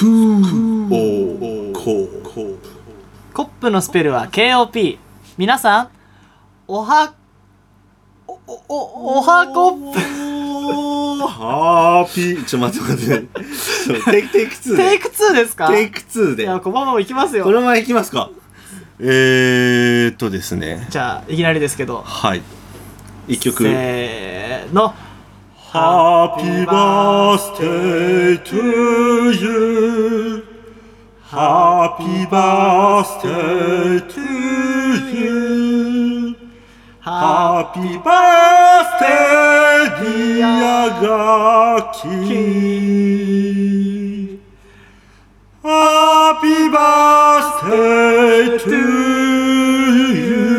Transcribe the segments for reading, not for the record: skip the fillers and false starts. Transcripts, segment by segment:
コップのスペルは KOP。 皆さんおはコップハーピー。ちょ待ってテイク2 テイク2ですか？ テイク2で。 いや、このままいきますよ。 このままいきますか。ですね。 じゃあいきなりですけど、 はい、一曲。 せーの。 Happy birthday to you, Happy birthday to you, Happy birthday dear ガッキー、 Happy birthday to you。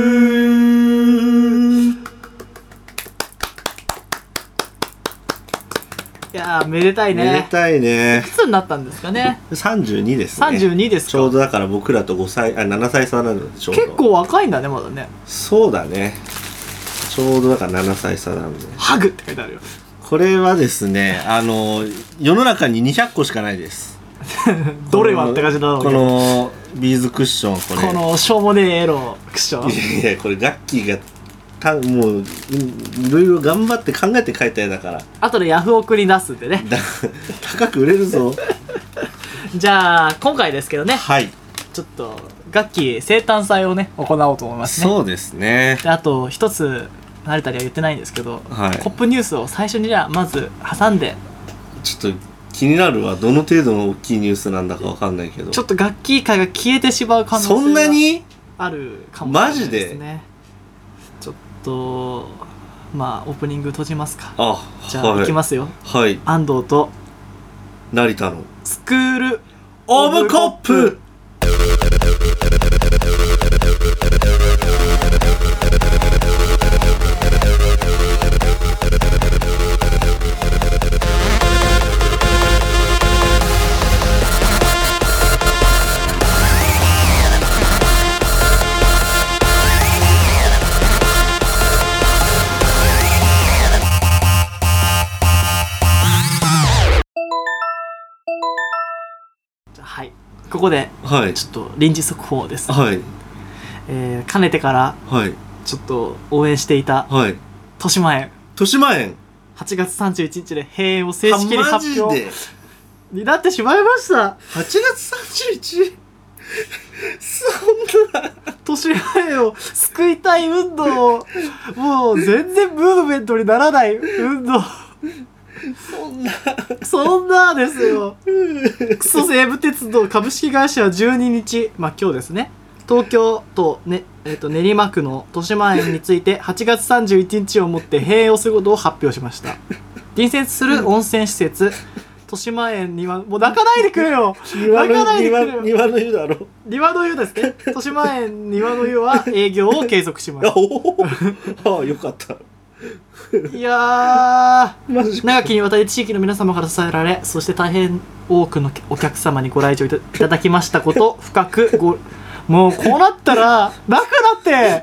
いやー、めでたいね。 めでたいね。 いくつになったんですかね。 32ですね。 32ですか。 ちょうどだから僕らと7歳差なのでちょうど。 結構若いんだね、まだね。 そうだね。ちょうどだから7歳差なんで。 ハグって書いてあるよ。 これはですね、世の中に200個しかないです。 どれはって感じなのこのビーズクッション、これ。 このしょうもねえエロクッション。 いやいや、これガッキーがもういろいろ頑張って考えて書いた絵だから。 あとでヤフオクに出すんでね。 高く売れるぞ。 じゃあ今回ですけどね、 はい、 ちょっとガッキー生誕祭をね行おうと思いますね。 そうですね。 で、あと一つ成田には言ってないんですけど、 はい、 コップニュースを最初にじゃあまず挟んで。 ちょっと気になるわ。どの程度の大きいニュースなんだかわかんないけど、 ちょっとガッキー界が消えてしまう可能性がそんなにあるかもしれないですね。 マジで。 ちょっとまあオープニング閉じますか。 あ、 じゃあ、はい、いきますよ。 はい。 安藤と成田のスクールオブコップ。 はい、ここでちょっと臨時速報です。 はい。 かねてからちょっと応援していた豊島園8月31日で閉園を正式に発表になってしまいました。 8月 31？ そんな豊島園を救いたい運動をもう全然ムーブメントにならない運動そんなですよ。クソ西武鉄道株式会社は12日、まあ今日ですね、東京都、練馬区の豊島園について8月31日をもって閉園をすることを発表しました。隣接する温泉施設豊島園にはもう泣かないでくれよ。泣かないでくれよ。 庭の湯だろ。 庭の湯ですね。豊島園庭の湯は営業を継続します。 ああ、よかった。 いやー、長きにわたり地域の皆様から支えられ、そして大変多くのお客様にご来場いただきましたこと深くもうこうなったら泣くなって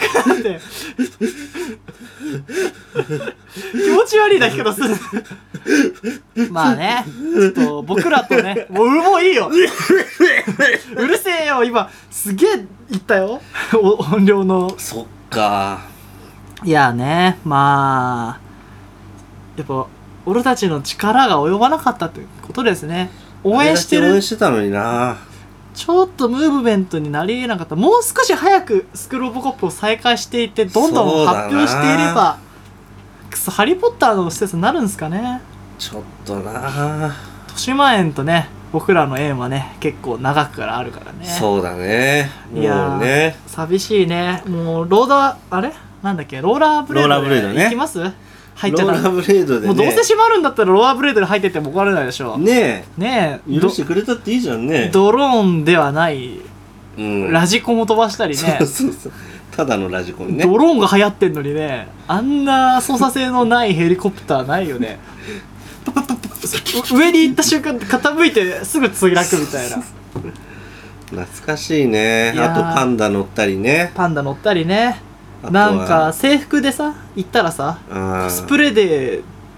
気持ち悪い泣き方する。まあね、ちょっと僕らとね、もういいようるせえよ。今すげえ言ったよ音量の。 そっか。 いやね、まあやっぱ俺たちの力が及ばなかったということですね。応援してたのにな。 ちょっとムーブメントになり得なかった。もう少し早くスクールオブコップを再開していってどんどん発表していればハリーポッターの施設になるんですかね。 ちょっとな。 豊島園とね、僕らの縁はね結構長くからあるからね。 そうだね。 いやね、寂しいね。もうローラーブレードで行きます？入っちゃった。 ローラーブレードでね。 もうどうせ閉まるんだったらローラーブレードで入ってっても怒られないでしょ。 ねえ許してくれたっていいじゃんね。 ドローンではない、ラジコンを飛ばしたりね。 そうただのラジコンね。 ドローンが流行ってんのにね、あんな操作性のないヘリコプターないよね。上に行った瞬間傾いてすぐ墜落みたいな。 懐かしいね。あとパンダ乗ったりね。 なんか制服でさ行ったらさ、スプレーで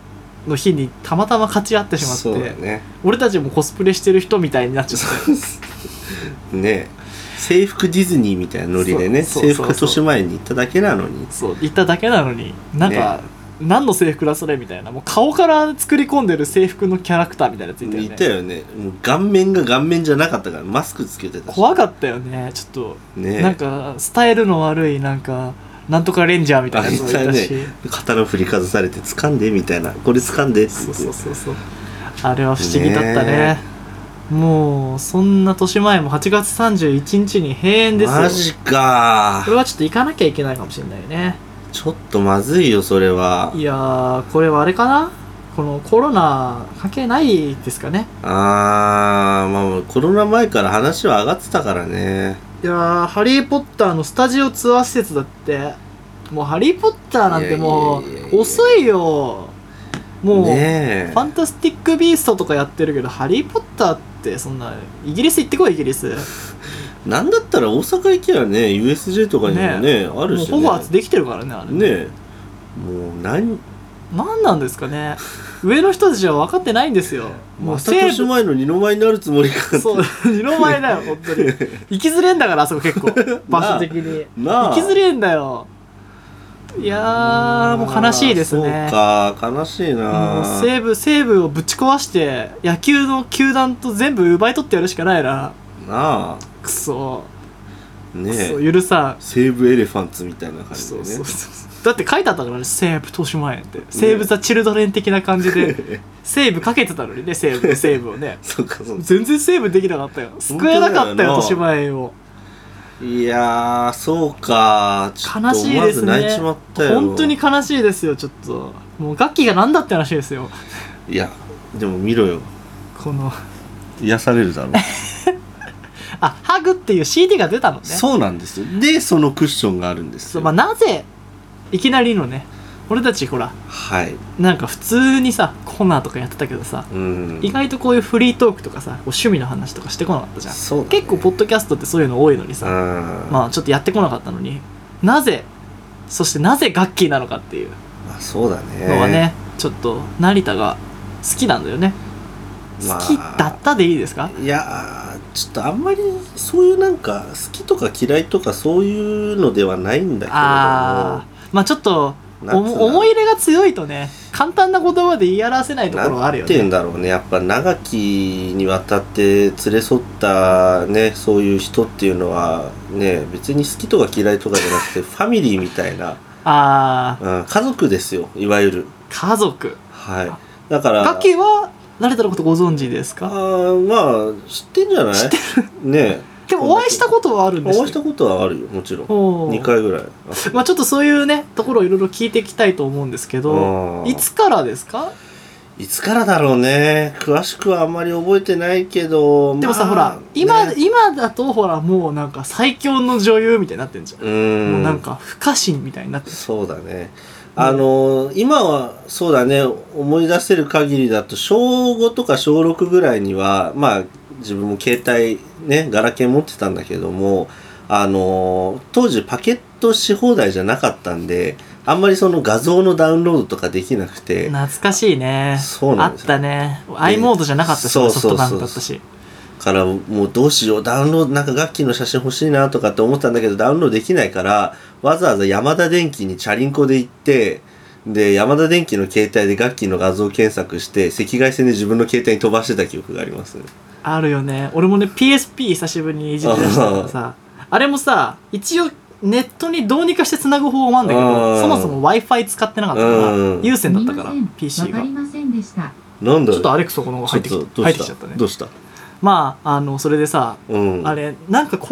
の日にたまたま勝ち合ってしまって、 そうだね俺たちもコスプレしてる人みたいになっちゃってね制服ディズニーみたいなノリでね、制服豊島園に行っただけなのに、 そう行っただけなのになんか、何の制服だそれみたいな、もう顔から作り込んでる制服のキャラクターみたいなやついたよね。 いたよね。もう顔面が顔面じゃなかったからマスクつけてたし怖かったよねちょっと、 ね、 なんかスタイルの悪いなんとかレンジャーみたいなやつもいたし、 ね、刀振りかざされて掴んでみたいな、これ掴んでってそうあれは不思議だったね。もうそんな年前も8月31日に閉園ですよ。 マジか。 これはちょっと行かなきゃいけないかもしれないよね。 ちょっとまずいよそれは。 いやーこれはあれかな、このコロナ関係ないですかね。 まあコロナ前から話は上がってたからね。 いやーハリーポッターのスタジオツアー施設だって、もうハリーポッターなんてもう遅いよ。もう、 ね、 ファンタスティックビーストとかやってるけどハリーポッターってそんなイギリス行ってこい。イギリスなんだったら大阪行けばね USJ とかにもねあるしね。 もうホグワーツできてるからねあれね。もう何なんですかね、上の人たちは分かってないんですよ。もうまた年前の二の舞になるつもりかって。 そう二の舞だよ本当に行きづれんだからあそこ結構場所的に行きづれんだよ。いやーもう悲しいですね。 そうか悲しいな。 もう西武をぶち壊して野球の球団と全部奪い取ってやるしかないな。 なあくそねえ許さん。 西武エレファンツみたいな感じでね。 そうだって書いてあったからね、西武豊島園って、西武ザ・チルドレン的な感じで西武かけてたのにね、西武をねそうか全然西武できなかったよ、救えなかったよ豊島園を。 いやーそうかちょっと悲しいですね。 思わず泣いちまったよ。 本当に悲しいですよ。ちょっともう楽器がなんだって話ですよ。 いやでも見ろよ、 この癒されるだろうハグっていう CD が出たのね。 そうなんですよ。でそのクッションがあるんですよ。 なぜいきなりのね、俺たちほらはいなんか普通にさコーナーとかやってたけどさ、意外とこういうフリートークとかさこう趣味の話とかしてこなかったじゃん。 そうだね、 結構ポッドキャストってそういうの多いのにさ、まあちょっとやってこなかったのに、そしてなぜガッキーなのかっていうそうだねのはね、ちょっと成田が好きなんだよね。好きだったでいいですか？ いやちょっとあんまりそういうなんか好きとか嫌いとかそういうのではないんだけれども、 まあちょっと思い入れが強いとね簡単な言葉で言い表せないところがあるよね。 なんて言うんだろうね、やっぱ長きにわたって連れ添ったねそういう人っていうのはね別に好きとか嫌いとかじゃなくてファミリーみたいな家族ですよ、いわゆる家族。 はいだからガッキーは成田のことご存知ですか？ まあ知ってんじゃない？知ってるね。 でもお会いしたことはあるんですよ。 お会いしたことはあるよもちろん。2回ぐらい。 まあちょっとそういうねところをいろいろ聞いていきたいと思うんですけど、いつからですか？ いつからだろうね、詳しくはあんまり覚えてないけど、 でもさ、ほら今だとほらもうなんか最強の女優みたいになってんじゃん。もうなんか不可侵みたいになってる。 そうだね。今はそうだね、思い出せる限りだと小5とか小6ぐらいにはまあ自分も携帯ねガラケー持ってたんだけども、当時パケットし放題じゃなかったんであんまりその画像のダウンロードとかできなくて。 懐かしいね。 そうなんですよ。 あったね。i モードじゃなかったし、ソフトバンクだったし。 からもうどうしよう、ダウンロードなんか楽器の写真欲しいなとかって思ったんだけどダウンロードできないからわざわざヤマダ電機にチャリンコで行って、でヤマダ電機の携帯で楽器の画像検索して赤外線で自分の携帯に飛ばしてた記憶がありますね。 あるよね。俺もね PSP 久しぶりにいじり出したからさ、あれもさ一応ネットにどうにかしてつなぐ方法もあるんだけど、そもそも Wi-Fi 使ってなかったから有線だったから PC が。 なんだちょっとアレクソこの入ってきちゃったね。 どうした？ まあそれでさ、あれなんか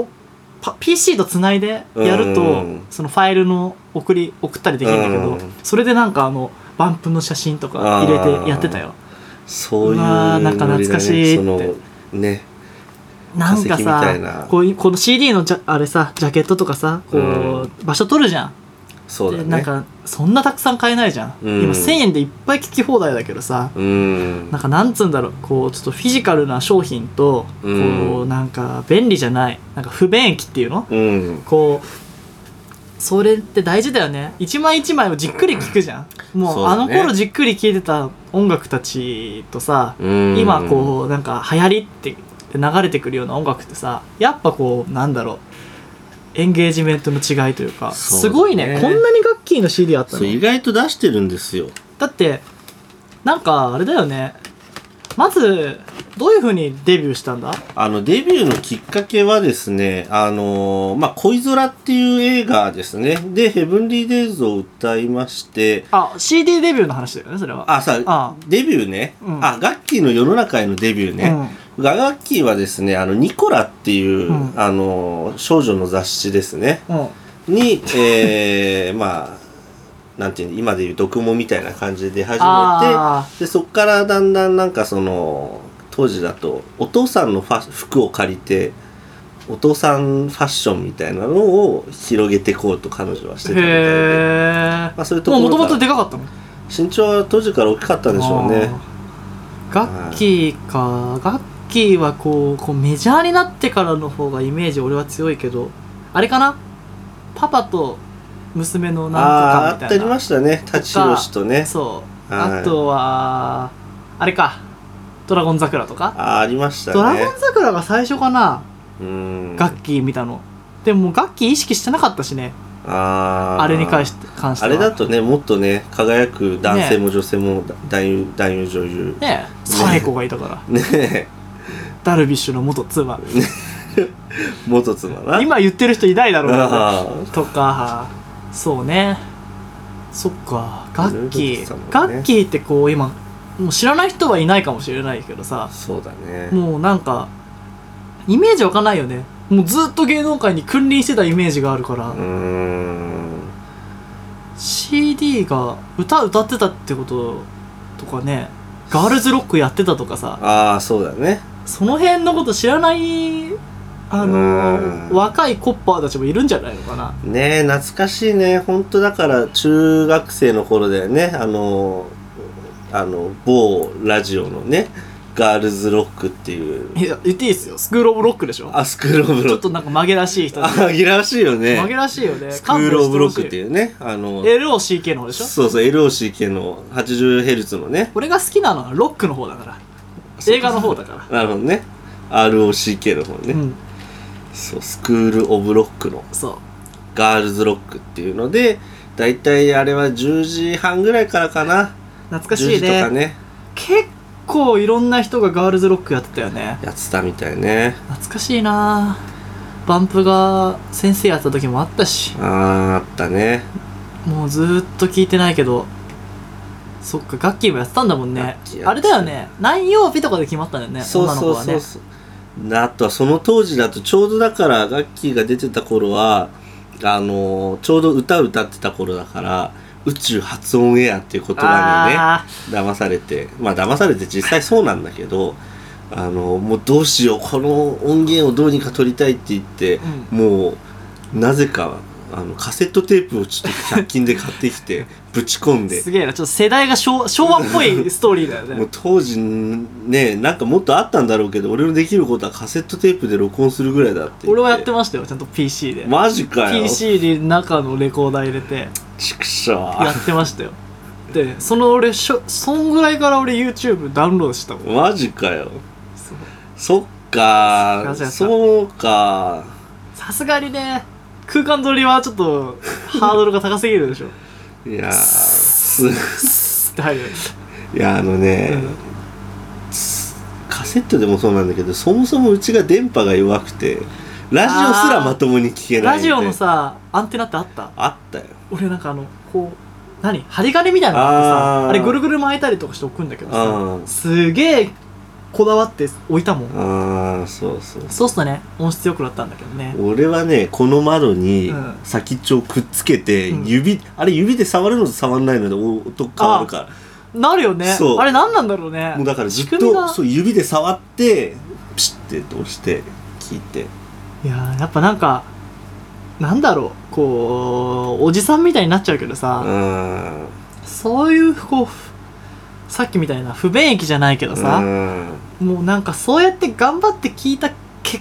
PC とつないでやると、そのファイルの送ったりできるんだけど、それでなんかバンプの写真とか入れてやってたよ。 そういうなんか懐かしいってね。 なんかさこの CD のあれさジャケットとかさこう、場所取るじゃん。 そうだね。 なんかそんなたくさん買えないじゃん。今1000円でいっぱい聞き放題だけどさ、なんかなんつうんだろう、こうちょっとフィジカルな商品と、こうなんか便利じゃないなんか不便益っていうの、こうそれって大事だよね。一枚一枚をじっくり聴くじゃん。もうそうだねあの頃じっくり聴いてた音楽たちとさ、 うん今こうなんか流行りって流れてくるような音楽ってさ、やっぱこうなんだろう、エンゲージメントの違いというか、 そうだねすごいね。こんなにガッキーの CD あったの。 そう意外と出してるんですよ。 だってなんかあれだよね。まずどういう風にデビューしたんだ？ デビューのきっかけはですね、恋空っていう映画ですね。で、ヘブンリーデイズを歌いまして、 CD デビューの話だよね、それは。 デビューね。 うんガッキーの世の中へのデビューね。ガッキーはですね、ニコラっていう、少女の雑誌ですね。に、なんていうの、今でいう読モみたいな感じで始めて、でそっからだんだんなんかその当時だとお父さんの服を借りてお父さんファッションみたいなのを広げていこうと彼女はしてたみたいで、 へー。 そういうところもともとでかかったの？ 身長は当時から大きかったんでしょうね。 ガッキーか。ガッキーはこうメジャーになってからの方がイメージ俺は強いけど、あれかな、パパと娘のなんとかみたいな。 ありましたね、舘ひろしとね。 そう、 はいあとはあれか、ドラゴン桜とか。 ありましたね。 ドラゴン桜が最初かな、ガッキー見たの。でもガッキー意識してなかったしね。あれに関してはあれだとね、もっとね輝く男性も女性も男優女優ねえ、サエコがいたからねダルビッシュの元妻元妻な。 今言ってる人いないだろうなあとか。そうね。そっか、ガッキー、 いろいろ出てたもんねガッキーってこう今もう知らない人はいないかもしれないけどさ、 そうだね。 もうなんかイメージ湧かないよね。もうずっと芸能界に君臨してたイメージがあるから、CD が歌ってたってこととかね、ガールズロックやってたとかさ、 そうだね。 その辺のこと知らない若いコッパーたちもいるんじゃないのかな。 ねえ、懐かしいね。本当だから中学生の頃だよね。某ラジオのね、ガールズロックっていう。 いや、言っていいですよ。スクールオブロックでしょ。 スクールオブロック。 ちょっとなんか曲げらしい人で。 紛らわしいよね。 曲げらしいよね。 スクールオブロックっていうね。 LOCK の方でしょ。 そうそう、LOCK の 80Hz のね。 俺が好きなのはロックの方だから。映画の方だから。 なるほどね。ROCK の方ね。そう、スクールオブロックのガールズロックっていうので、だいたいあれは10時半ぐらいからかな。 懐かしいね。 10時とかね。 結構いろんな人がガールズロックやってたよね。 やってたみたいね。 懐かしいな。バンプが先生やった時もあったし。 あったね。 もうずーっと聞いてないけど、そっか、ガッキーもやってたんだもんね。あれだよね、何曜日とかで決まったんだよね、 そう女の子はね。 あとはその当時だとちょうどだからガッキーが出てた頃はちょうど歌ってた頃だから、宇宙発音エアっていう言葉にね騙されて、騙されて実際そうなんだけど、もうどうしよう、この音源をどうにか取りたいって言って、もうなぜかカセットテープをちょっと100均で買ってきてぶち込んで。 すげえな、ちょっと世代が昭和っぽいストーリーだよね。 もう当時ね、なんかもっとあったんだろうけど、俺のできることはカセットテープで録音するぐらいだって俺はやってましたよ、ちゃんと PC で。 マジかよ。 PC に中のレコーダー入れてちくしょやってましたよ。でそんぐらいから俺 YouTube ダウンロードしたもん。 マジかよ。そっか、そうか。 さすがにね、空間取りはちょっとハードルが高すぎるでしょ。 いやスって入る。 いやカセットでもそうなんだけど、そもそもうちが電波が弱くてラジオすらまともに聞けない。 ラジオのさアンテナってあった？ あったよ。 俺なんかこう針金みたいなのがあってさ、あれぐるぐる巻いたりとかして置くんだけどさ、すげえこだわって置いたもん。 そうするとね、音質良くなったんだけどね。 俺はね、この窓に先っちょをくっつけて、指で触るのと触んないので音変わるから。 なるよね。あれ何なんだろうね。 もうだからずっと指で触ってピシッて押して聞いて。 いややっぱなんかなんだろう、こうおじさんみたいになっちゃうけどさ、そういうさっきみたいな不便益じゃないけどさ、もうなんかそうやって頑張って聞いた結果っ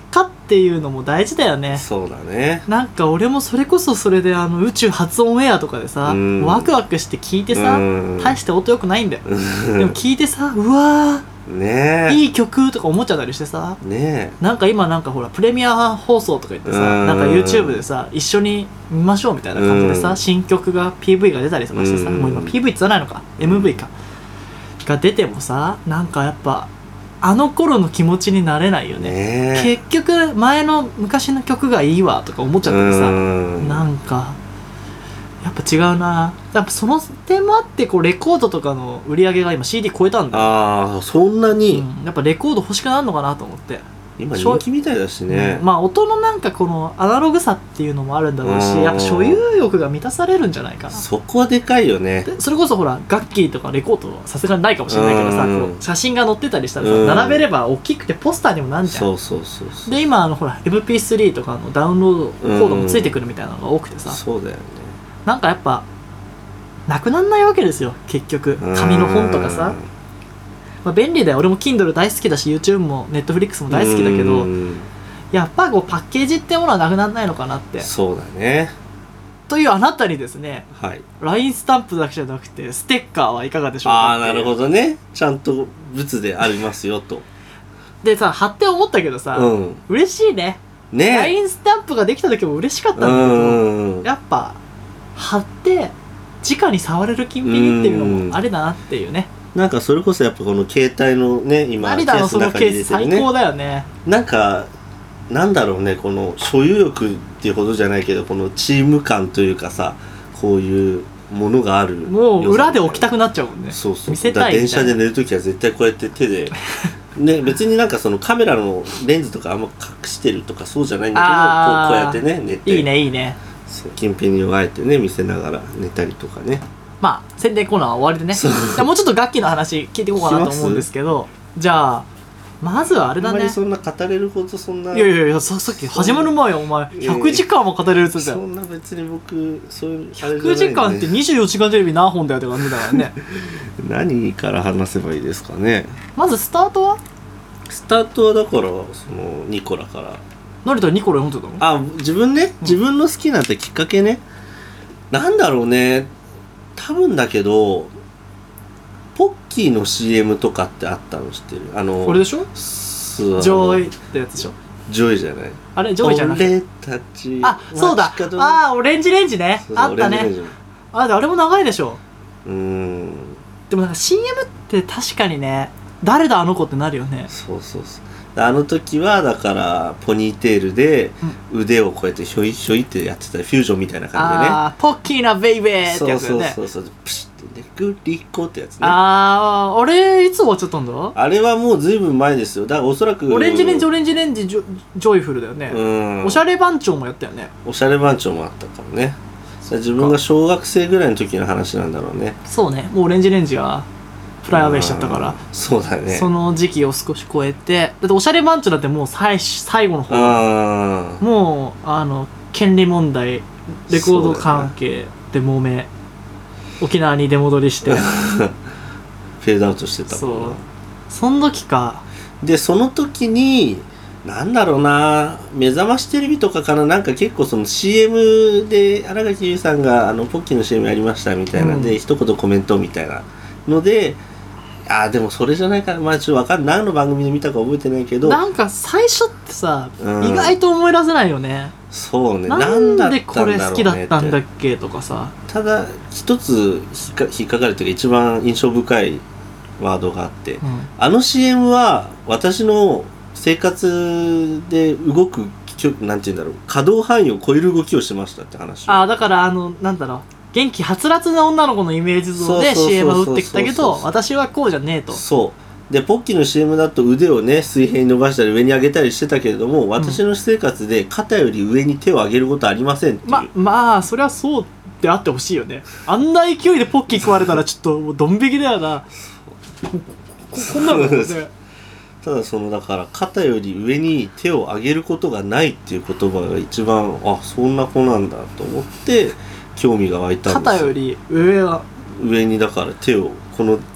っていうのも大事だよね。 そうだね。 なんか俺もそれこそそれで宇宙初オンエアとかでさ、ワクワクして聞いてさ、大して音良くないんだよ。でも聞いてさ、うわー、 ねえ、 いい曲とか思っちゃったりしてさ、 ねなんか今なんかほらプレミア放送とか言ってさ、なんか YouTube でさ一緒に見ましょうみたいな感じでさ、新曲が PV が出たりとかしてさ、もう今 PV って言わないのか MV かが出てもさ、なんかやっぱあの頃の気持ちになれないよね。 ねえ、 結局前の昔の曲がいいわとか思っちゃってさ、なんかやっぱ違うな。やっぱその点もあってこうレコードとかの売り上げが今 CD 超えたんだよ。 ああ、そんなに、 やっぱレコード欲しくなるのかなと思って。 今人気みたいだしね。 まあ音のなんかこのアナログさっていうのもあるんだろうし、やっぱ所有欲が満たされるんじゃないかな。 そこはでかいよね。 でそれこそほらガッキーとかレコードはさすがにないかもしれないけどさ、こう写真が載ってたりしたらさ、並べれば大きくてポスターにもなんじゃん。 そうそうそうそう。 で今ほら MP3 とかのダウンロードコードもついてくるみたいなのが多くてさ、 そうだよね。 なんかやっぱなくなんないわけですよ結局。紙の本とかさ、まあ、便利だよ。俺も Kindle 大好きだし YouTube も Netflix も大好きだけど、やっぱこうパッケージってものはなくならないのかなって。 そうだね。 というあなたにですね、 はい、 LINE スタンプだけじゃなくてステッカーはいかがでしょうか。 ああ、なるほどね。ちゃんと物でありますよと。 でさ、貼って思ったけどさ、嬉しいね。 ね、 LINE スタンプができた時も嬉しかったんだけど、やっぱ貼って直に触れる金品っていうのもあれだなっていうね。 なんかそれこそやっぱこの携帯のね、今成田のそのケース最高だよね。 なんかなんだろうね、この所有欲っていうほどじゃないけど、このチーム感というかさ、こういうものがある、 もう裏で置きたくなっちゃうもんね。 そうそう、 見せたいみたいな。 電車で寝るときは絶対こうやって手でね、別になんかそのカメラのレンズとかあんま隠してるとかそうじゃないんだけど、こうやってね寝て、 いいねいいね、 近辺にあえてね見せながら寝たりとかね。まあ宣伝コーナーは終わりでね。じゃあもうちょっと楽器の話聞いていこうかなと思うんですけど、じゃあまずはあれだね。 あんまりそんな語れるほどそんな。 いやいやいや、さっき始まる前お前100時間も語れるって言ってたよ。 そんな別に僕そういうあれじゃないんで。 100時間って24時間テレビ何本だよって感じだからね。 何から話せばいいですかね。 まずスタートはだからそのニコラから。 成田ニコラ読んでたの？ あ、自分ね、自分の好きになったきっかけね、なんだろうね、多分だけどポッキーの CM とかってあったの知ってる？ これでしょ？ジョイってやつでしょ？ ジョイじゃない？ あれジョイじゃなくて、 俺たち、 あ、そうだ、あーオレンジレンジね。あったね。あれも長いでしょ。でもなんか CM って確かにね、誰だあの子ってなるよね。 そうそうそう。あの時はだからポニーテールで腕をこうやってひょいひょいってやってた、フュージョンみたいな感じでね。 ああ、ポッキーなベイベーってやつよね。 そうそうそう、プシッてね、グリコってやつね。 ああ、あれいつ終わっちゃったんだ？ あれはもうずいぶん前ですよ。だからおそらくオレンジレンジジョイフルだよね。おしゃれ番長もやったよね。 おしゃれ番長もあったからね。自分が小学生ぐらいの時の話なんだろうね。 そうね、もうオレンジレンジはフライアウェイしちゃったから。 そうだね。 その時期を少し超えて、だっておしゃれ番長だってもう最後の方、もう権利問題、レコード関係で揉め、沖縄に出戻りしてフェードアウトしてたもんな。 その時か。 でその時になんだろうな、目覚ましテレビとかかな、なんか結構その CM で新垣結衣さんがポッキーの CM やりましたみたいなんで、一言コメントみたいなので、でもそれじゃないかな、まあちょっと分かんない、何の番組で見たか覚えてないけど、 なんか最初ってさ、意外と思い出せないよね。 そうね、 なんでこれ好きだったんだっけとかさ。ただ一つ引っかかるというか一番印象深いワードがあって、あの CM は私の生活で動くなんていうんだろう、可動範囲を超える動きをしてましたって話。 だからなんだろう、元気はつらつな女の子のイメージ像で CM を打ってきたけど、私はこうじゃねえと。 そうで、ポッキーの CM だと腕をね水平に伸ばしたり上に上げたりしてたけれども、私の私生活で肩より上に手を上げることはありませんっていう。 まあそれはそうであってほしいよね。あんな勢いでポッキー食われたらちょっともうドン引きだよな。こんなのね。 ただだから肩より上に手を上げることがないっていう言葉が一番、そんな子なんだと思って興味が湧いたんですよ。 肩より上にだから手をこの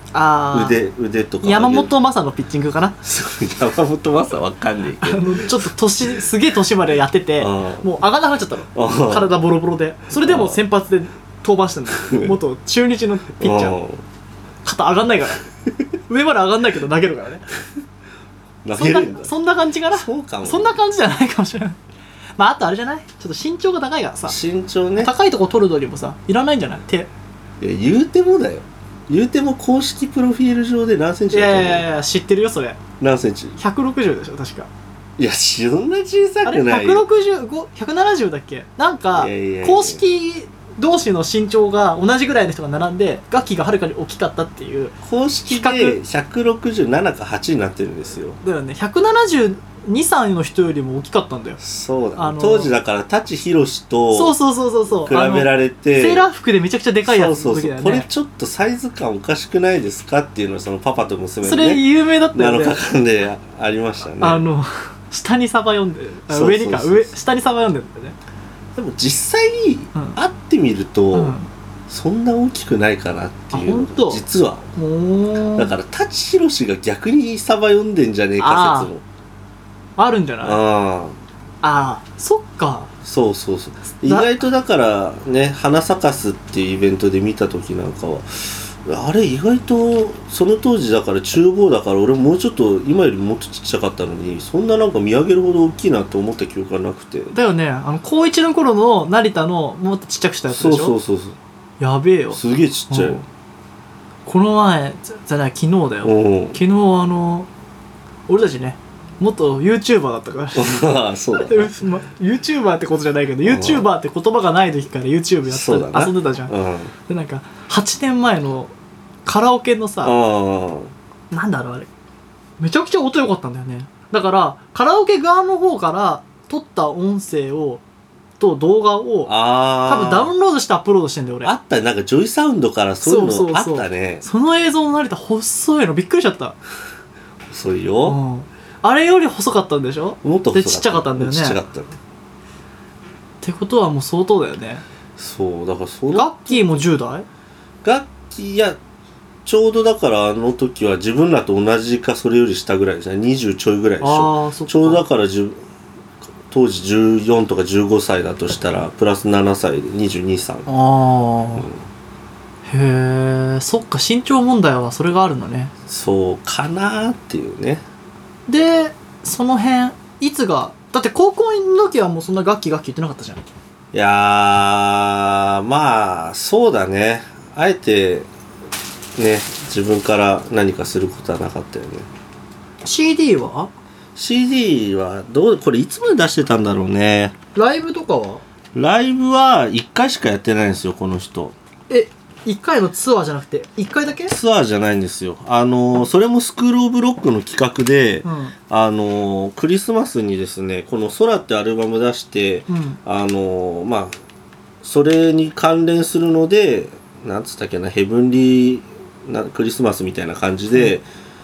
腕とか山本昌のピッチングかな。 そう山本昌わかんねえけどちょっとすげえ年までやっててもう上がらなくなっちゃったの。体ボロボロで。それでも先発で登板したんだよ。元中日のピッチャー。肩上がんないから上まで上がんないけど投げるからね。 投げるんだ。 そんな感じかな。 そうかも。 そんな感じじゃないかもしれない。まああとあれじゃない、ちょっと身長が高いからさ。 身長ね。 高いとこ取るのにもさいらないんじゃない？手。いや言うてもだよ。言うても公式プロフィール上で何センチだと思う？ いや知ってるよそれ。 何センチ ？160でしょ確か。 いやそんな小さくないよ。 あれ170だっけ。なんか公式同士の身長が同じぐらいの人が並んでガッキーがはるかに大きかったっていう公式で167か8になってるんですよ。 だよね。172、3の人よりも大きかったんだよ。 そうだ、ね、当時だから舘ひろしと比べられてセーラー服でめちゃくちゃでかいやつの時だよね。 これちょっとサイズ感おかしくないですかっていうのをそのパパと娘で、ね、 それ有名だったよね。 7日間でありましたね。 下にサバ読んで上にか下にサバ読んでるんだよね。でも実際会ってみると、そんな大きくないかなっていうのが実はだから舘ひろしが逆にサバ読んでんじゃねえか説もあるんじゃない？そっか。そう意外とだからね花咲かすっていうイベントで見た時なんかはあれ意外とその当時だから厨房だから俺もうちょっと今よりもっとちっちゃかったのにそんななんか見上げるほど大きいなと思った記憶がなくて。 だよね。高1の頃の成田のもっとちっちゃくしたやつでしょ。そうやべえよ。 すげえちっちゃい、 この前じゃない昨日だよ。昨日俺たちね元 YouTuber だったからそうだ、ね YouTuber ってことじゃないけど YouTuber って言葉がない時から YouTube やって遊んでたじゃん。でなんか8年前のカラオケのさなんだろうあれめちゃくちゃ音良かったんだよね。だからカラオケ側の方から撮った音声と動画を多分ダウンロードしてアップロードしてんだよ俺。 あったね。なんかジョイサウンドからそういうのあったね。 その映像の成田細いのびっくりしちゃった。 細いよ、 あれより細かったんでしょ。 もっと細かった。 でちっちゃかったんだよね。 ちっちゃかったね。 ってことはもう相当だよね。 そうだからガッキーも10代？ ガッキーいやちょうどだからあの時は自分らと同じかそれより下ぐらいですね。20ちょいぐらいでしょ。ちょうどだから当時14とか15歳だとしたらプラス7歳で22、3。 へえ、そっか身長問題はそれがあるんだね。 そうかなっていうね。 でその辺いつがだって高校の時はもうそんな楽器言ってなかったじゃん。 いやーまあそうだね。あえてね自分から何かすることはなかったよね。 CD はこれいつまで出してたんだろうね。 ライブとかは 1回しかやってないんですよこの人。 1回のツアーじゃなくて1回だけ？ ツアーじゃないんですよ。それもスクールオブロックの企画で、クリスマスにですねこの空ってアルバム出して、まあそれに関連するのでなんつったっけなヘブンリークリスマスみたいな感じで、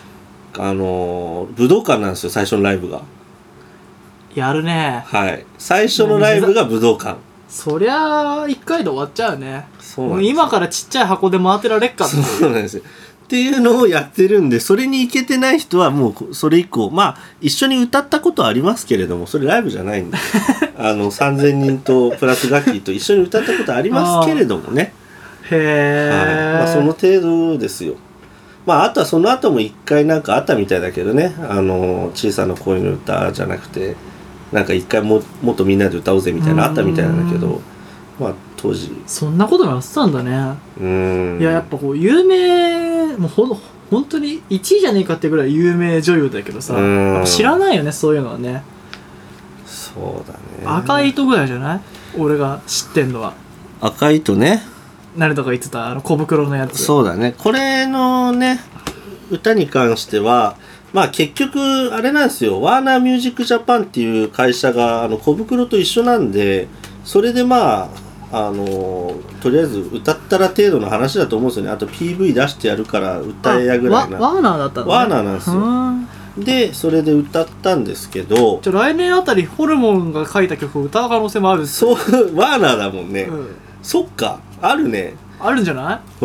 武道館なんですよ最初のライブが。 やるね。 はい最初のライブが武道館。 そりゃあ1回で終わっちゃうね。 もう今からちっちゃい箱で回ってられっかって。 そうなんですよっていうのをやってるんでそれに行けてない人はもうそれ以降まあ一緒に歌ったことはありますけれどもそれライブじゃないんで3000人とプラスガッキーと一緒に歌ったことありますけれどもね。 へえ、 まあその程度ですよ。まああとはその後も一回なんかあったみたいだけどね小さな恋の歌じゃなくてなんか一回もっとみんなで歌おうぜみたいなあったみたいなんだけどまあ当時そんなこともやってたんだね。いややっぱこう有名もう本当に1位じゃねえかってぐらい有名女優だけどさ知らないよねそういうのはね。 そうだね。 赤い糸ぐらいじゃない俺が知ってんのは。 赤い糸ね。 誰とか言ってた小袋のやつ。 そうだね。これのね歌に関してはまあ結局あれなんですよ。ワーナーミュージックジャパンっていう会社が小袋と一緒なんでそれでまあとりあえず歌ったら程度の話だと思うんですよね。あと PV 出してやるから歌えやぐらいな。 ワーナーだったのね。 ワーナーなんですよ。でそれで歌ったんですけど来年あたりホルモンが書いた曲を歌う可能性もある。 そうワーナーだもんね、そっかあるね。 あるんじゃない？ ほら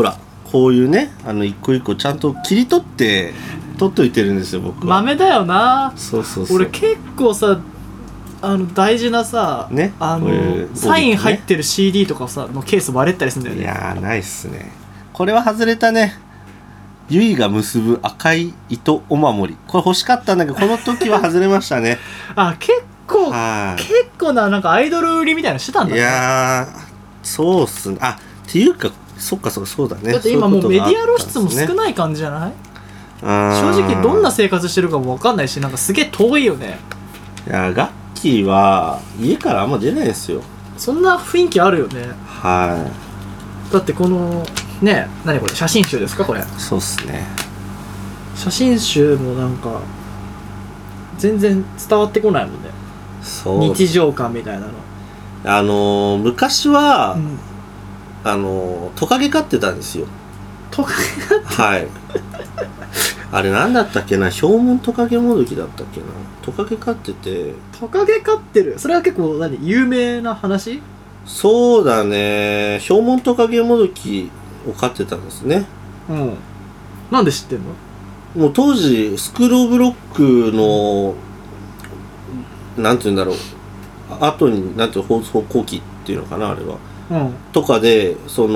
こういうね一個一個ちゃんと切り取って取っといてるんですよ僕は。 豆だよな。 そうそうそう。 俺結構さ大事なさ、 ね、こういうサイン入ってる CD とかさのケース割れたりするんだよね。 いやーないっすね。これは外れたね。ゆいが結ぶ赤い糸お守り、これ欲しかったんだけどこの時は外れましたね。 結構はい結構なんかアイドル売りみたいなのしてたんだいね。 やーそうっすね。っていうかそっかそうだね。 だって今もうメディア露出もそういうことがあったんですね少ない感じじゃない？ 正正直どんな生活してるかも分かんないし、なんかすげえ遠いよね。 いやガッキーは家からあんま出ないんですよ。 そんな雰囲気あるよね。 はだってこのね、何これ写真集ですかこれ。 いそうっすね。 写真集もなんか全然伝わってこないもんね。 そう日常感みたいなの。 昔は、 うん。 トカゲ飼ってたんですよ。 トカはいあれなんだったっけな、ヒョウモントカゲモドキだったっけな。トカゲ飼ってて。 トカゲ飼ってる。それは結構有名な話？ そうだね、ヒョウモントカゲモドキを飼ってたんですね。 うん。なんで知ってんの？ もう当時スクールオブロックのなんて言うんだろう、後になんていう放送後期っていうのかなあれは、 うん。 とかで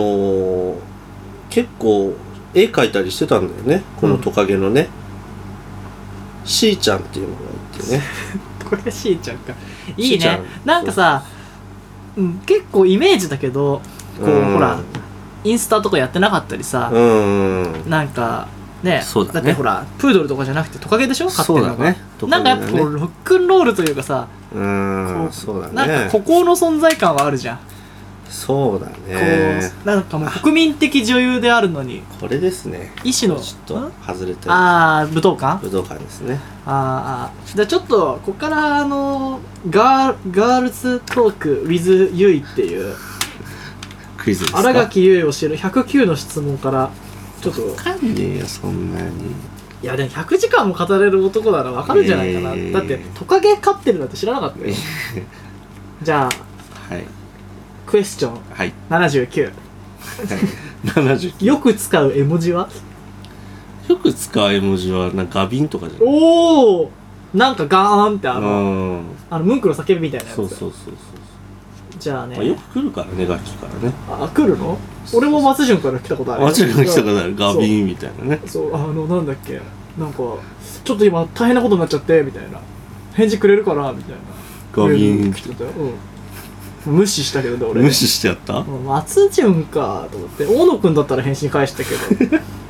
結構絵描いたりしてたんだよね、このトカゲのね、しーちゃんっていうのがいてね。 これしーちゃんか。いいねしーちゃん。 なんかさ、結構イメージだけど、こうほらインスタとかやってなかったりさ、なんかね、 そうだねってほらプードルとかじゃなくてトカゲでしょ、飼ってるのが。 そうだね、 なんかやっぱこうロックンロールというかさ、 そうだね、 なんか孤高の存在感はあるじゃん。 そうだこね。 うなんかもう国民的女優であるのにこれですね、 医師のちょっと外れてる武道館。 武道館ですね。 じゃあちょっとここからガールズトーク with ゆいっていうクイズですか。 新垣結衣を知る109の質問からちょっと。 わかんねえよそんなに。 いやでも100時間も語れる男ならわかるんじゃないかな、だってトカゲ飼ってるなんて知らなかったよ。じゃあはいクエスチョンはい 79。 79。 よく使う絵文字は？ よく使う絵文字はなんか画瓶とかじゃない。 おお、なんかガーンってムンクの叫びみたいなやつ。 そうそうじゃあね、 よく来るからね、楽器からね。 来るの？俺も松潤から来たことあるよ。 松潤が来たことある、画瓶みたいなね。 そうなんだっけ、なんかちょっと今大変なことになっちゃってみたいな、返事くれるかなみたいな。 画瓶来てたよ。無視したけどね俺。 無視してやった。 松潤かと思って、大野くんだったら返信返したけ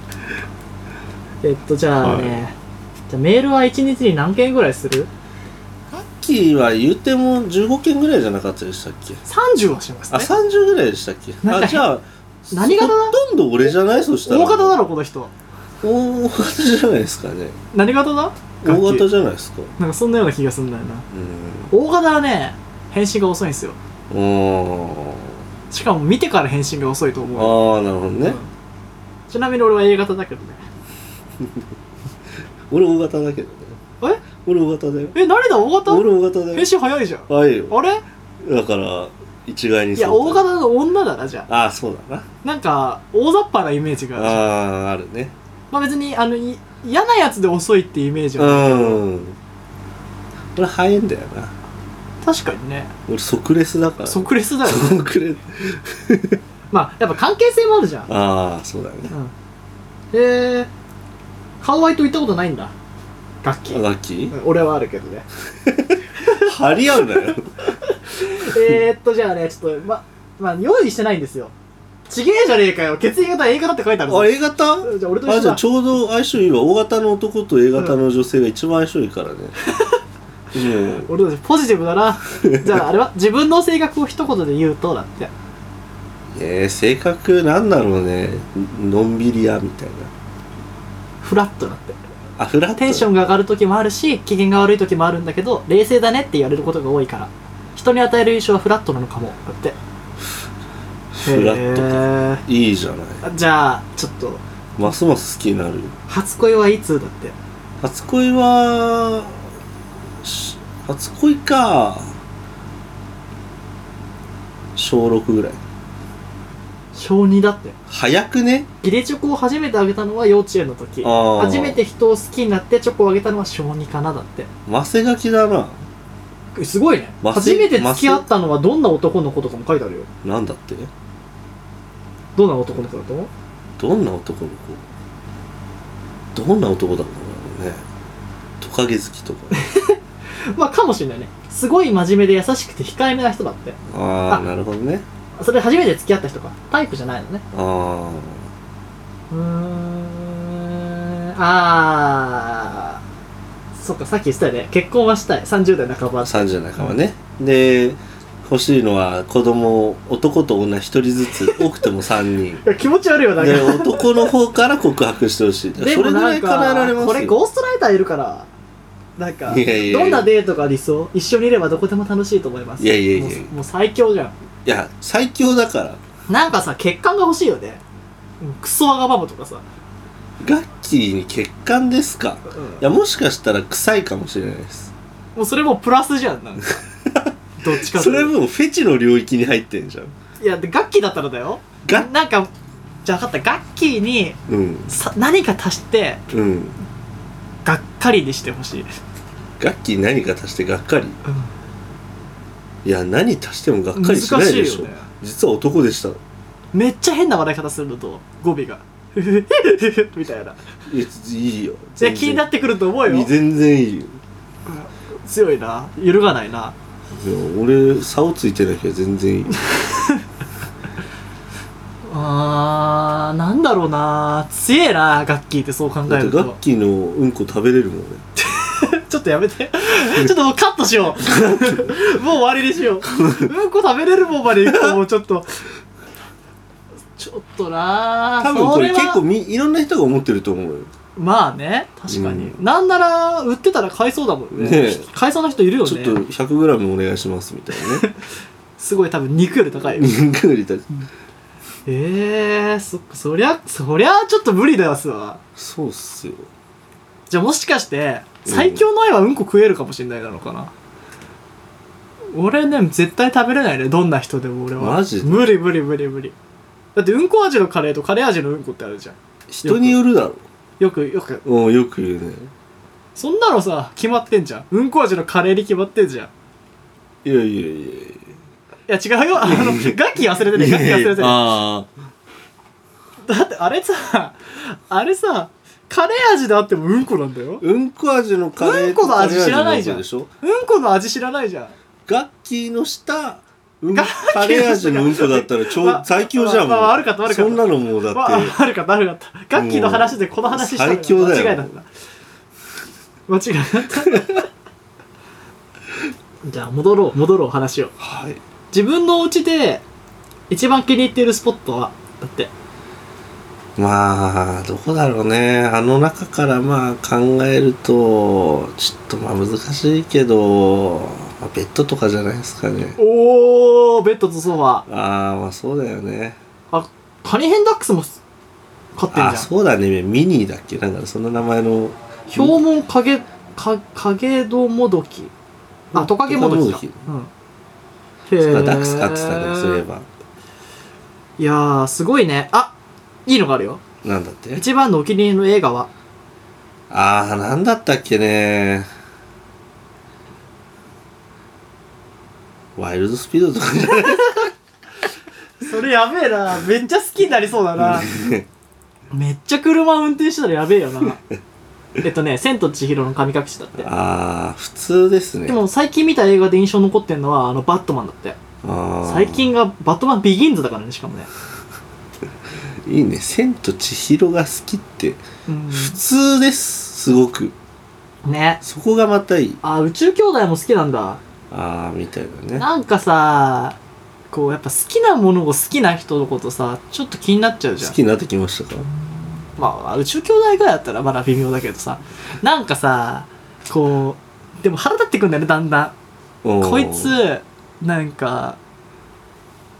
どじゃあね、じゃあメールは1日に何件ぐらいする？ ラッキーは言うても15件ぐらいじゃなかったでしたっけ。 30はしますね。 30ぐらいでしたっけ。 なんかじゃあ何型だ？ ほとんど俺じゃない。そしたら大型だろこの人。 大型じゃないですかね。 何型だ？ 大型じゃないですか。 なんかそんなような気がするんだよな。大型はね、返信が遅いんですよ。しかも見てから返信が遅いと思う。 なるほどね。 ちなみに俺は A 型だけどね。 俺大型だけどね。俺大型だよ。 何だ大型？ 俺大型だよ。 返信早いじゃん。 早いよ。 あれ？ だから一概に。 いや大型の女だなじゃあ。 そうだな。 なんか大雑把なイメージがある。 あるね。 まあ別に嫌なやつで遅いってイメージはないけど。 俺早いんだよな。 確かにね。 俺即レスだから。 即レスだよね。 即レス。 まあやっぱ関係性もあるじゃん。 そうだね。 ハワイと行ったことないんだ。楽器。俺はあるけどね。 張り合うなよ。 じゃあね、ちょっとまあ用意してないんですよ。ちげえじゃねえかよ。血液型 A 型って書いてあるぞ。 A 型？ じゃあ俺と一緒だ。 じゃあちょうど相性いいわ。O 型の男と A 型の女性が一番相性いいからね。 俺たちポジティブだな。じゃああれは自分の性格を一言で言うとだって。 性格なんだろうね。のんびり屋みたいな。 フラットだって。 フラット。 テンションが上がる時もあるし、機嫌が悪い時もあるんだけど、冷静だねって言われることが多いから、人に与える印象はフラットなのかもだって。 フラットいいじゃない。 じゃあちょっとますます好きになる。 初恋はいつだって。 初恋か小6ぐらい。 小2だって。 早くね。 義理チョコを初めてあげたのは幼稚園の時。 あー初めて人を好きになってチョコをあげたのは小2かなだって。 マセガキだな。 すごいね。初めて付き合ったのはどんな男の子とかも書いてあるよ。 なんだって。 どんな男の子だと思う？ どんな男の子。どんな男だろうね。トカゲ好きとか。 まあかもしれないね。すごい真面目で優しくて控えめな人だって。 ああ、なるほどね。 それ初めて付き合った人か。タイプじゃないのね。 あそっか、さっき言ってたよね。結婚はしたい。30代半ば。 あ、30半ばね。で、欲しいのは子供、男と女一人ずつ、多くても3人。 いや気持ち悪いよ、なんか。 で、男の方から告白してほしい。 でそれぐらもないん叶えられますよ。 か、これゴーストライターいるから、なんか、 いやいやいやどんなデートが理想？一緒にいればどこでも楽しいと思います。 いやいやいやもう最強じゃん。 いや、最強だから。 なんかさ、血管が欲しいよね。クソワガバムとかさ。 ガッキーに血管ですか？ うんいや、もしかしたら臭いかもしれないです。 もうそれもプラスじゃん、なんか。どっちかとそいうとれもうフェチの領域に入ってんじゃん。 いや、で、ガッキーだったらだよ。 ガッなんか、じゃあ分かった。ガッキーに何か足して、 うん。 がっかりにしてほしい。 ガッキー何か足してがっかり。いや、何足してもがっかりしないでしょ。 難しいよね実は男でした。 めっちゃ変な笑い方するのと、語尾が。みたいな。 いや、いいよ。 じゃ気になってくると思うよ。 全然いいよ。 強いな。揺るがないな。 いや俺、差をついてなきゃ全然いい。 なんだろうな。強えな、ガッキーってそう考だってガッえると。 キーのうんこ食べれるもんね。 ちょっとやめて。ちょっともうカットしよう。もう終わりにしよう。うんこ食べれるもんまでいくともうちょっと。ちょっとな多分これそは結構いろんな人が思ってると思うよ。 まあね、確かに。 うなんなら、売ってたら買いそうだもんね。 ねえ買いそうな人いるよね。 ちょっと 100g お願いしますみたいなね。 すごい多分肉より高いよ。 肉より高い。 そっか、そりゃちょっと無理だよ、すわ。 そうっすよ。 じゃあもしかして、最強の愛はうんこ食えるかもしれないなのかな。俺ね、絶対食べれないね、どんな人でも俺は。 マジで無理。だってうんこ味のカレーとカレー味のうんこってあるじゃん。 人によるだろ。 よく。 うんよく言うね。 そんなのさ、決まってんじゃん。うんこ味のカレーに決まってんじゃん。 いやいや違うよ。ガッキー忘れてね。ガッキー忘れてね。 あだってあれさ、カレー味であってもうんこなんだよ。 うんこ味のカレーうんこの味知らないじゃん。 でしょ。 うんこの味知らないじゃん。 ガッキーの下ガッキーの下カレー味のうんこだったら最強じゃんもう。 悪かった。 そんなのもうだって悪かった。ガッキーの話でこの話したら最強だよ。 間違いだった。じゃあ戻ろう話を。 はい。 自分のお家で一番気に入っているスポットはだって。 まあどこだろうね。あの中からまあ考えるとちょっとまあ難しいけど、まあ、ベッドとかじゃないですかね。 おー、ベッドとソファー。 ああまあそうだよね。 カニヘンダックスも飼ってんじゃん。 あそうだね。ミニーだっけ、なんかその名前の。 ヒョウモンカゲドモドキ。トカゲモドキだ。 ダックス飼ってたね、そういえば。 いやー、すごいね。いいのがあるよ。 なんだって。 一番のお気に入りの映画はなんだったっけね。ワイルドスピードとかじゃない。 それやべえな。めっちゃ好きになりそうだな。めっちゃ車運転してたらやべえよな。千と千尋の神隠しだって。 普通ですね。 でも最近見た映画で印象残ってんのはバットマンだって。最近がバットマンビギンズだからね、しかもね。 いいね。千と千尋が好きって、普通です。すごく。 ね。 そこがまたいい。 宇宙兄弟も好きなんだ。 みたいなね。 なんかさ、こうやっぱ好きなものを好きな人のことさ、ちょっと気になっちゃうじゃん。 好きになってきましたか？ まあ宇宙兄弟ぐらいだったらまだ微妙だけどさ、なんかさ、こうでも腹立ってくんだよね、だんだん。こいつなんか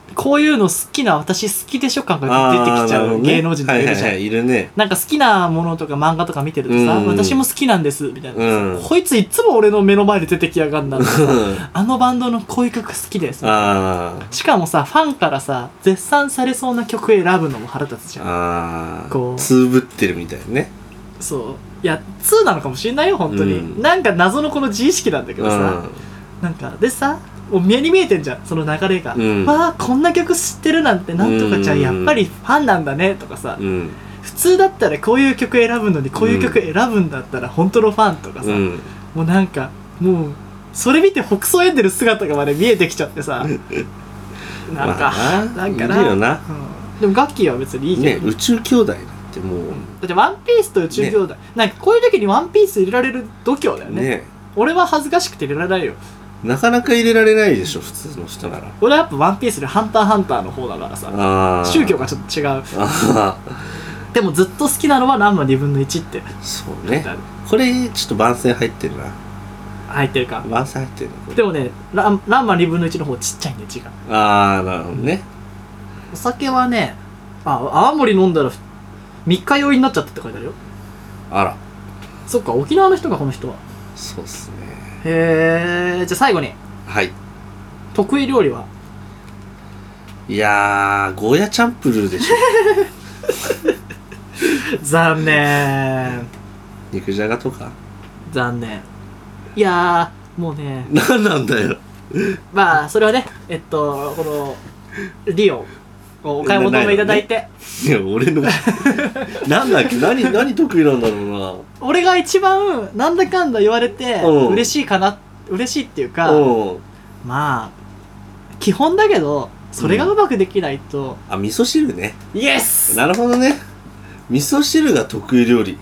こういうの好きな私好きでしょ感が出てきちゃう芸能人とかいるじゃん、 はい、いるね。 なんか好きなものとか漫画とか見てるとさ、私も好きなんですみたいな、 うん、 こいついつも俺の目の前で出てきやがんなってさあのバンドのこういう曲好きですみたいな。しかもさファンからさ絶賛されそうな曲選ぶのも腹立つじゃん。こうつぶってるみたいなね。 そういや2なのかもしれないよ本当に、なんか謎のこの自意識なんだけどさ、なんかでさもう目に見えてんじゃんその流れが、わあこんな曲知ってるなんてなんとかちゃんやっぱりファンなんだねとかさ、普通だったらこういう曲選ぶのにこういう曲選ぶんだったら本当のファンとかさ、もうなんかもうそれ見て北総エンデル姿がまで見えてきちゃってさなんか、なんかな、 いいよな、 でもガッキーは別にいいけどね、宇宙兄弟ってもう、 だってワンピースと宇宙兄弟、なんかこういう時にワンピース入れられる度胸だよね。俺は恥ずかしくて入れられないよ。 なかなか入れられないでしょ普通の人なら。 俺はやっぱワンピースでハンターハンターの方だからさ、宗教がちょっと違う。でもずっと好きなのはランマ2分の1って。 そうね、これちょっと番宣入ってるな。 入ってるか。 番宣入ってるの。 でもねランマ2分の1の方ちっちゃいんで字が。 なるほどね。 お酒はね、泡盛飲んだら3日酔いになっちゃったって書いてあるよ。 あら、 そっか沖縄の人がこの人は。 そうっすね。 へえ。じゃあ最後に、 はい、 得意料理は。 いやーゴーヤチャンプルーでしょ残念。 肉じゃがとか。 残念。いやーもうね、 何なんだよまあそれはねこのリオをお買い求めいただいて、 いや俺のなんだっけ、何得意なんだろうな。 俺が一番なんだかんだ言われて嬉しいかな、嬉しいっていうか、まあ基本だけどそれがうまくできないと、 味噌汁ね。 イエス。 なるほどね、味噌汁が得意料理。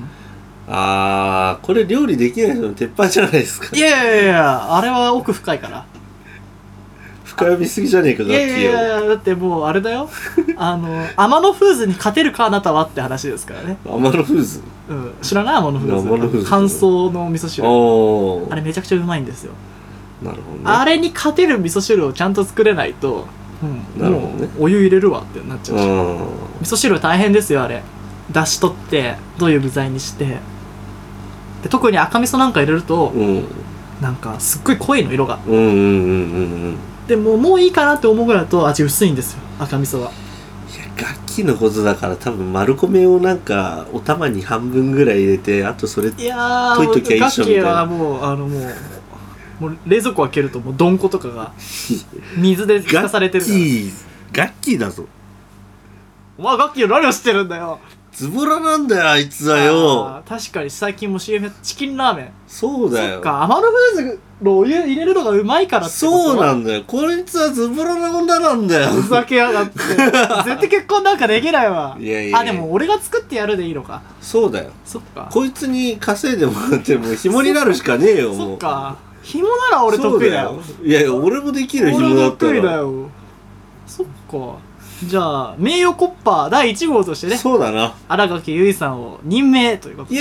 これ料理できない人の鉄板じゃないですか。 いやいやあれは奥深いから。 深読みすぎじゃねえか。 いやだってもうあれだよ天野フーズに勝てるかあなたはって話ですからね。 天野フーズ、 知らない？天野フーズ乾燥の味噌汁、あれめちゃくちゃうまいんですよ。 なるほどね。あれに勝てる味噌汁をちゃんと作れないと、 なるほどね、 もうお湯入れるわってなっちゃうし、味噌汁大変ですよあれ。だし取ってどういう具材にして、で特に赤味噌なんか入れると、なんかすっごい濃いの色が。でもういいかなって思うぐらいだと味薄いんですよ赤味噌は。 いやガッキーのことだから多分丸米をなんかお玉に半分ぐらい入れて、あとそれ溶いときゃ一緒みたいな。 ガッキーはもう冷蔵庫開けるともうどんことかが水で浸されてるから。 ガッキーだぞ。 お前ガッキー何を知ってるんだよ。 ズボラなんだよあいつはよ。 確かに最近も CM チキンラーメン。 そうだよ。 そっか、天野フーズのお湯入れるのがうまいからってこと。 そうなんだよ、こいつはズボラな女なんだよ。 ふざけやがって絶対結婚なんかできないわ。 いやいやでも俺が作ってやるでいいのか。 そうだよ。 そっか、 こいつに稼いでもらってもう紐になるしかねえよ。もうそっか、紐なら俺得意だよ。 いやいや俺もできる紐だったら。 俺得意だよ。そっか、じゃあ名誉コッパー第1号としてね、 そうだな、 新垣結衣さんを任命ということで、 イエ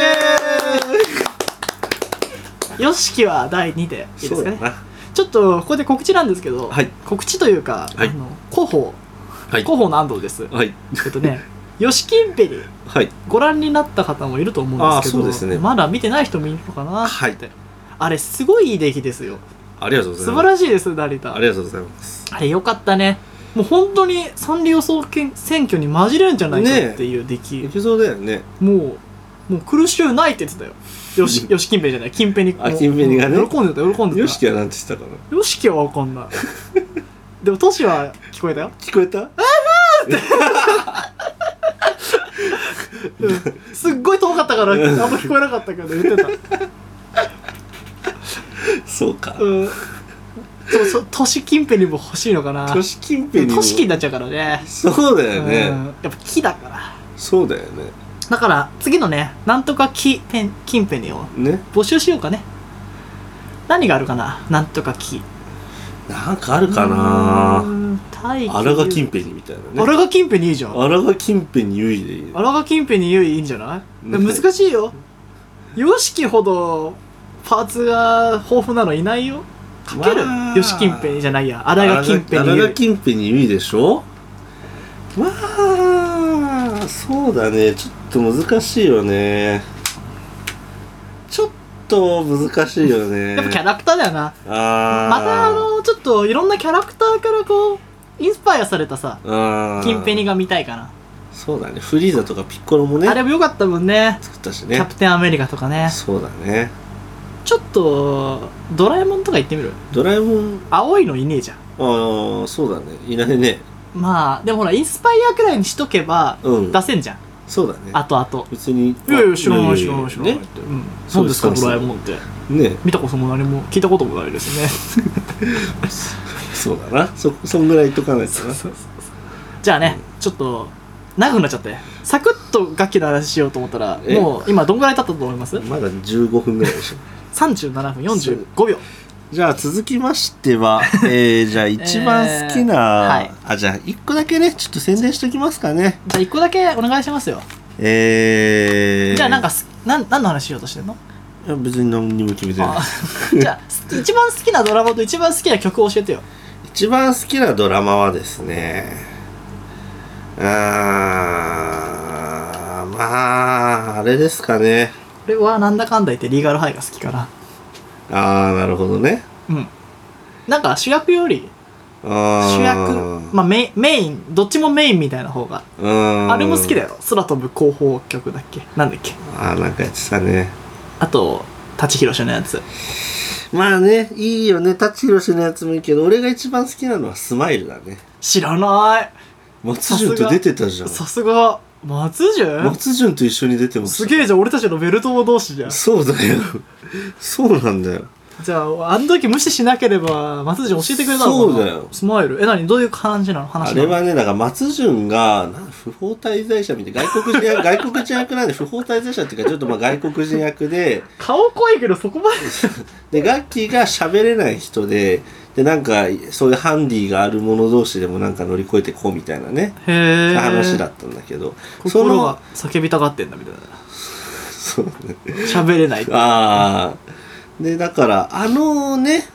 ーイ。 よしきは第2でいいですかね。 そうだな。 ちょっとここで告知なんですけど、 はい、 告知というか、 はい、 広報、 はい、 広報の安藤です。 はい、 ヨシキンペにはい、 ご覧になった方もいると思うんですけど、 そうですね、 まだ見てない人もいるのかなって、 はい、 あれすごいいい出来ですよ。 ありがとうございます。 素晴らしいです成田。 ありがとうございます。 あれよかったね。もう本当にサンリオ総選挙に混じれるんじゃないかっていう出来、 いけそうだよね。 もう苦しゅうないって言ってたよ。よしキンペじゃない、キンペに。 キンペニがね、 喜んでた。 よしきはなんて言ったかな。 よしきは分かんないでもトシは聞こえたよ。 聞こえた？ すっごい遠かったからあんま聞こえなかったけど言ってた。 そうか。 そう都市近辺にも欲しいのかな。 都市近辺にも都市近になっちゃうからね。 そうだよね、 やっぱ木だから。 そうだよね。 だから次のね、なんとか近辺をね募集しようかね。何があるかな、なんとか木。 なんかあるかな。荒賀近辺にみたいなね。 荒賀近辺にいいじゃん。 荒賀近辺に優位でいい。 荒賀近辺に優位いいんじゃない？難しいよ。ヨシキほどパーツが豊富なのいないよ。 かける、 まあ吉近辺じゃないや、荒賀近辺に荒賀近辺に指でしょ。まあそうだね、ちょっと難しいよね。ちょっと難しいよね。 やっぱキャラクターだよな。 あまたちょっといろんなキャラクターからこうインスパイアされたさキンペニが見たいかな。 そうだね、フリーザとかピッコロもねあれもよかったもんね。 作ったしキね。 ャプテンアメリカとかね。 そうだね。 ちょっとドラえもんとか行ってみる。 ドラえもん、 青いのいねえじゃん。 ああそうだね、いないね。 まあでもほらインスパイアくらいにしとけばうん出せんじゃん、 そうだね。 あとあと。 別にいやいや知らないや知らない知らないっねて、うん、 そう何ですかドラえもんってね見たことも何も聞いたこともないですね。 そうだな、そんぐらい言っとかないとな。 じゃあね、ちょっと長くなっちゃってサクッと楽器の話しようと思ったらもう今どんぐらい経ったと思います？ まだ15分ぐらいでしょ。 37分45秒。 じゃあ続きましては、じゃあ一番好きな、 はいじゃあ1個だけねちょっと宣伝しておきますかね。 じゃあ1個だけお願いしますよ。じゃあなんか何の話しようとしてんの？ いや別に何にも決めてない。 じゃあ一番好きなドラマと一番好きな曲を教えてよ。 一番好きなドラマはですね、まああれですかね。 俺はなんだかんだ言ってリーガルハイが好きかな。 なるほどね。 うんなんか主役より主役まあメインどっちもメインみたいな方があれも好きだよ。空飛ぶ広報曲だっけなんだっけ。 なんかやってたね。 あと舘ひろしのやつ。 まあねいいよね、舘ひろしのやつもいいけど俺が一番好きなのはスマイルだね。 知らない。 松潤と出てたじゃん。 さすが松潤。 松潤と一緒に出てます。 すげえじゃん、俺たちのベルト同士じゃん。 そうだよ。そうなんだよ。 じゃああの時無視しなければ松潤教えてくれたのかな。 そうだよ。 スマイル何どういう話なの？ あれはねだから松潤が不法滞在者みたいな外国人役なんで不法滞在者っていうかちょっとまあ外国人役で顔濃いけどそこまででガッキーが喋れない人でなんかそういうハンディがある者同士でもなんか乗り越えてこうみたいなねへえ話だったんだけど、 心が叫びたがってんだみたいな。 そうね喋れないでだからね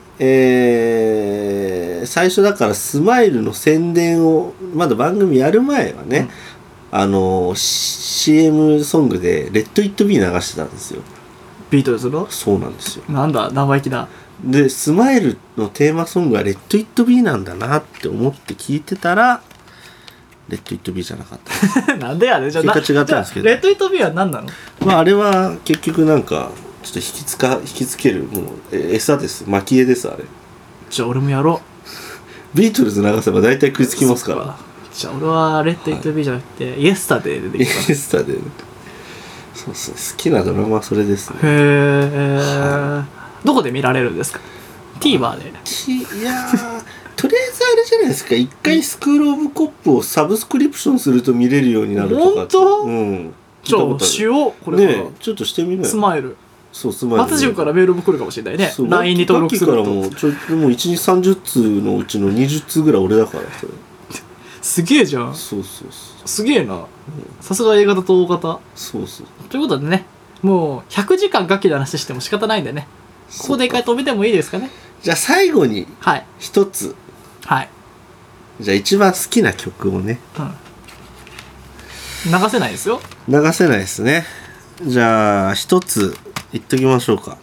最初だからスマイルの宣伝をまだ番組やる前はね、CM ソングでレッド・イット・ビー流してたんですよ。 ビートルズの。 そうなんですよ。 なんだ生意気だ。 でスマイルのテーマソングはレッド・イット・ビーなんだなって思って聞いてたらレッド・イット・ビーじゃなかったなんでやね。じゃあ結果違ったんですけど、 レッド・イット・ビーは何なの？ まああれは結局なんかちょっと引きつけるもう餌です。蒔絵ですあれ。 じゃあ俺もやろう。ビートルズ流せば大体食いつきますから。 じゃあ俺はレッド・イット・ビーじゃなくて、イエスタデーでできた。 イエスタデー。そうそう、好きなドラマはそれですね。 へえ、どこで見られるんですか？ TVer で。 いやーとりあえずあれじゃないですか、一回スクールオブコップをサブスクリプションすると見れるようになるとか。 本当？ うん。 じゃあしようこれからねえちょっとしてみなよ。 スマイル。 そうスマイル。 松潤からメールも来るかもしれないね。 そう LINE に登録すると。 からもう1日30通のうちの20通ぐらい俺だからそれ。 すげえじゃん。 そうそうそう。 すげえな。さすが A 型と O 型。 そうそう。 ということでね、もう100時間楽器の話しても仕方ないんでね、ここで一回止めてもいいですかね。 じゃあ最後にはい一つ、 はい、 じゃあ一番好きな曲をね、 流せないですよ。 流せないですね。じゃあ一つ言っときましょうか。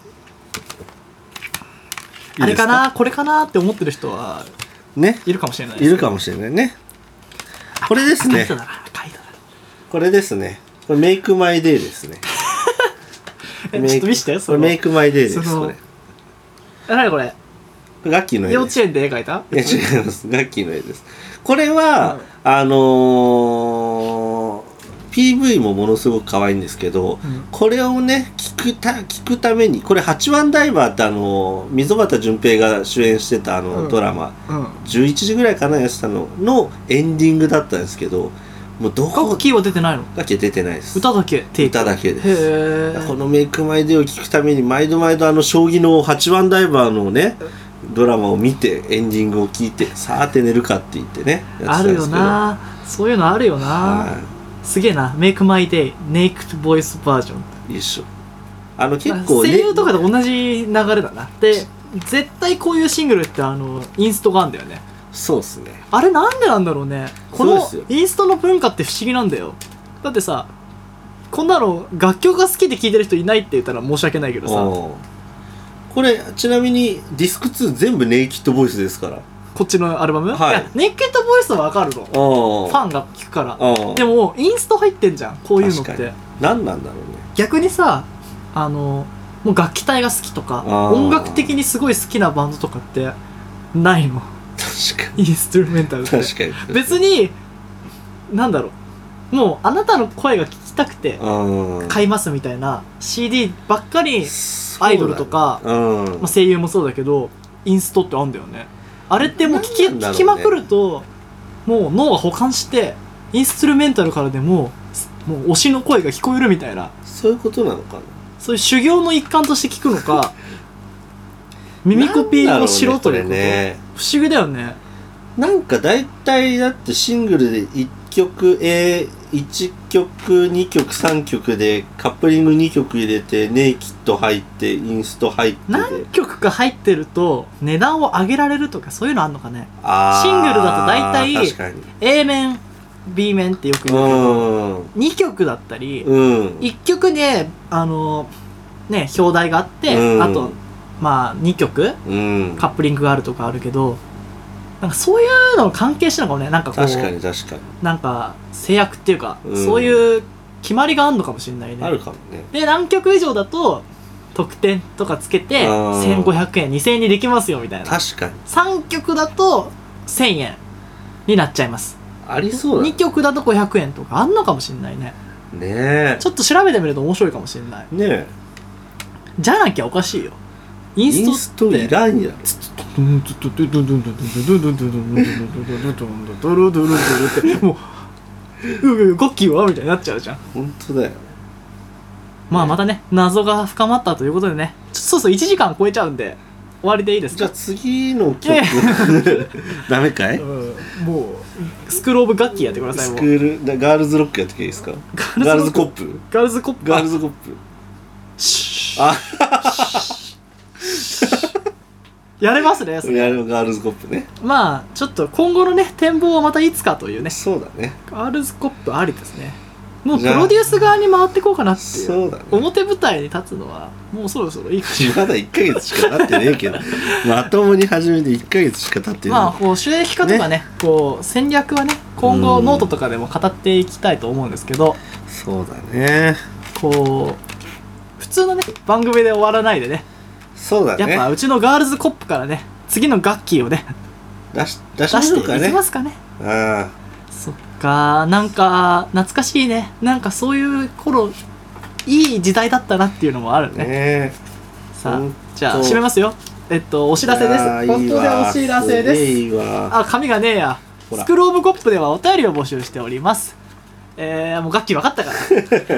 あれかなこれかなって思ってる人はねいるかもしれないです。 いるかもしれないね。これですね。これですね。これメイクマイデーですね。 ちょっと見して。 これメイクマイデーです。これ何これ？ ガッキーの絵です。 幼稚園で絵描いた？ いや違います。ガッキーの絵です。これは、PV もものすごく可愛いんですけど、これをね聞くために、これ8番ダイバーって溝端淳平が主演してたドラマ、11時ぐらいかなやってたのエンディングだったんですけど、もうどこ楽器は出てないの？ 楽器出てないです。 歌だけ。 歌だけです。 へー。 このメイクマイデーを聞くために毎度将棋の8番ダイバーのねドラマを見てエンディングを聞いてさーって寝るかって言ってねあるよな、そういうのあるよな、すげえな。メイクマイデイネイクトボイスバージョン一緒。結構、 声優とかと同じ流れだな。で絶対こういうシングルってインストがあるんだよね。 そうっすね。 あれなんでなんだろうね。このそうですよインストの文化って不思議なんだよ。だってさ、こんなの楽曲が好きで聴いてる人いないって言ったら申し訳ないけどさ、 これちなみにディスク2全部ネイキッドボイスですから。 こっちのアルバム、 はいやネイキッドボイスはわかるの、ファンが聞くから。でもインスト入ってんじゃん、こういうのって。 何なんだろうね。 逆にさ、もう楽器隊が好きとか音楽的にすごい好きなバンドとかってないの。 確かにインストゥルメンタルって。 確かに別になんだろう、もうあなたの声が聞きたくて買いますみたいな CD ばっかり。アイドルとか、まあ、声優もそうだけどインストってあるんだよね。あれってもう聞きまくるともう脳が補完してインストゥルメンタルからでもう推しの声が聞こえるみたいな、 そういうことなのかな。 そういう修行の一環として聞くのか耳コピーをしろということ、 ね、 不思議だよね。 なんか大体だってシングルで1曲1曲2曲3曲でカップリング2曲入れてネイキッド入ってインスト入って何曲か入ってると値段を上げられるとかそういうのあんのかね。 あシングルだと大体確かに A 面 B 面ってよく言うけど2曲だったり、1曲でね表題があって、あとまあ2曲、カップリングがあるとかあるけど、なんかそういうの関係してるのかもね。なんかこう確かになんか制約っていうか、そういう決まりがあるのかもしれないね。 あるかもね。 で何曲以上だと特典とかつけて1500円2000円にできますよみたいな。 確かに 3曲だと1000円になっちゃいます。 ありそうだ。 2曲だと500円とかあんのかもしれないね。 ねえ、 ちょっと調べてみると面白いかもしれない。 ねえ、 じゃなきゃおかしいよ。インストいらんやろ。 もうゴッキーはみたいになっちゃうじゃん。 本当だよ。 まあまたね謎が深まったということでね、そう1時間超えちゃうんで終わりでいいですか。 じゃあ次の曲ダメかい？ もうスクールオブガッキーやってください。 スクールガールズロックやってきゃいいですか？ガールズコップガールズコップガールズコップやれますねそれ。 やるガールズコップね。 まあちょっと今後のね展望はまたいつかというね。 そうだね。 ガールズコップありですね。もうプロデュース側に回っていこうかなっていう。 そうだね。 表舞台に立つのはもうそろそろいいかまだ1ヶ月しか経ってねえけどまともに始めて1ヶ月しか経ってない。 まあこう収益化とかねこう戦略はね今後ノートとかでも語っていきたいと思うんですけど、 そうだね。 こう普通のね番組で終わらないでね、 そうだね。 やっぱうちのガールズコップからね次のガッキーをね出していきますかね。 ああ、 そっか、なんか懐かしいね。なんかそういう頃いい時代だったなっていうのもあるね。さあじゃあ締めますよ。お知らせです。本当でお知らせです。 いいわ。 あ、紙がねえや。スクローブコップではお便りを募集しております。もう楽器分かったから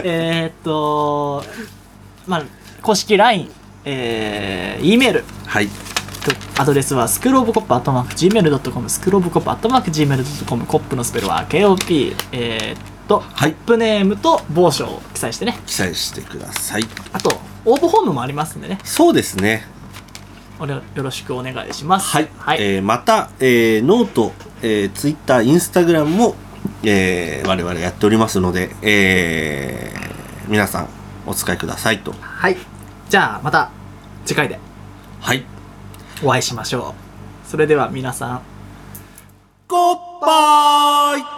まあ公式 LINE、E メール、 はい、 アドレスはスクローブコップ@gmail.com、スクローブコップ@gmail.com、コップのスペルは KOP、コップネームと帽子を記載してね、 記載してください。 あと応募フォームもありますんでね。 そうですね。 よろしくお願いします。 はい、はい。また、ノート、Twitter、Instagram も、我々やっておりますので、皆さんお使いくださいと。 はい。じゃあまた次回でお会いしましょう。それでは皆さん、 ゴッバイ。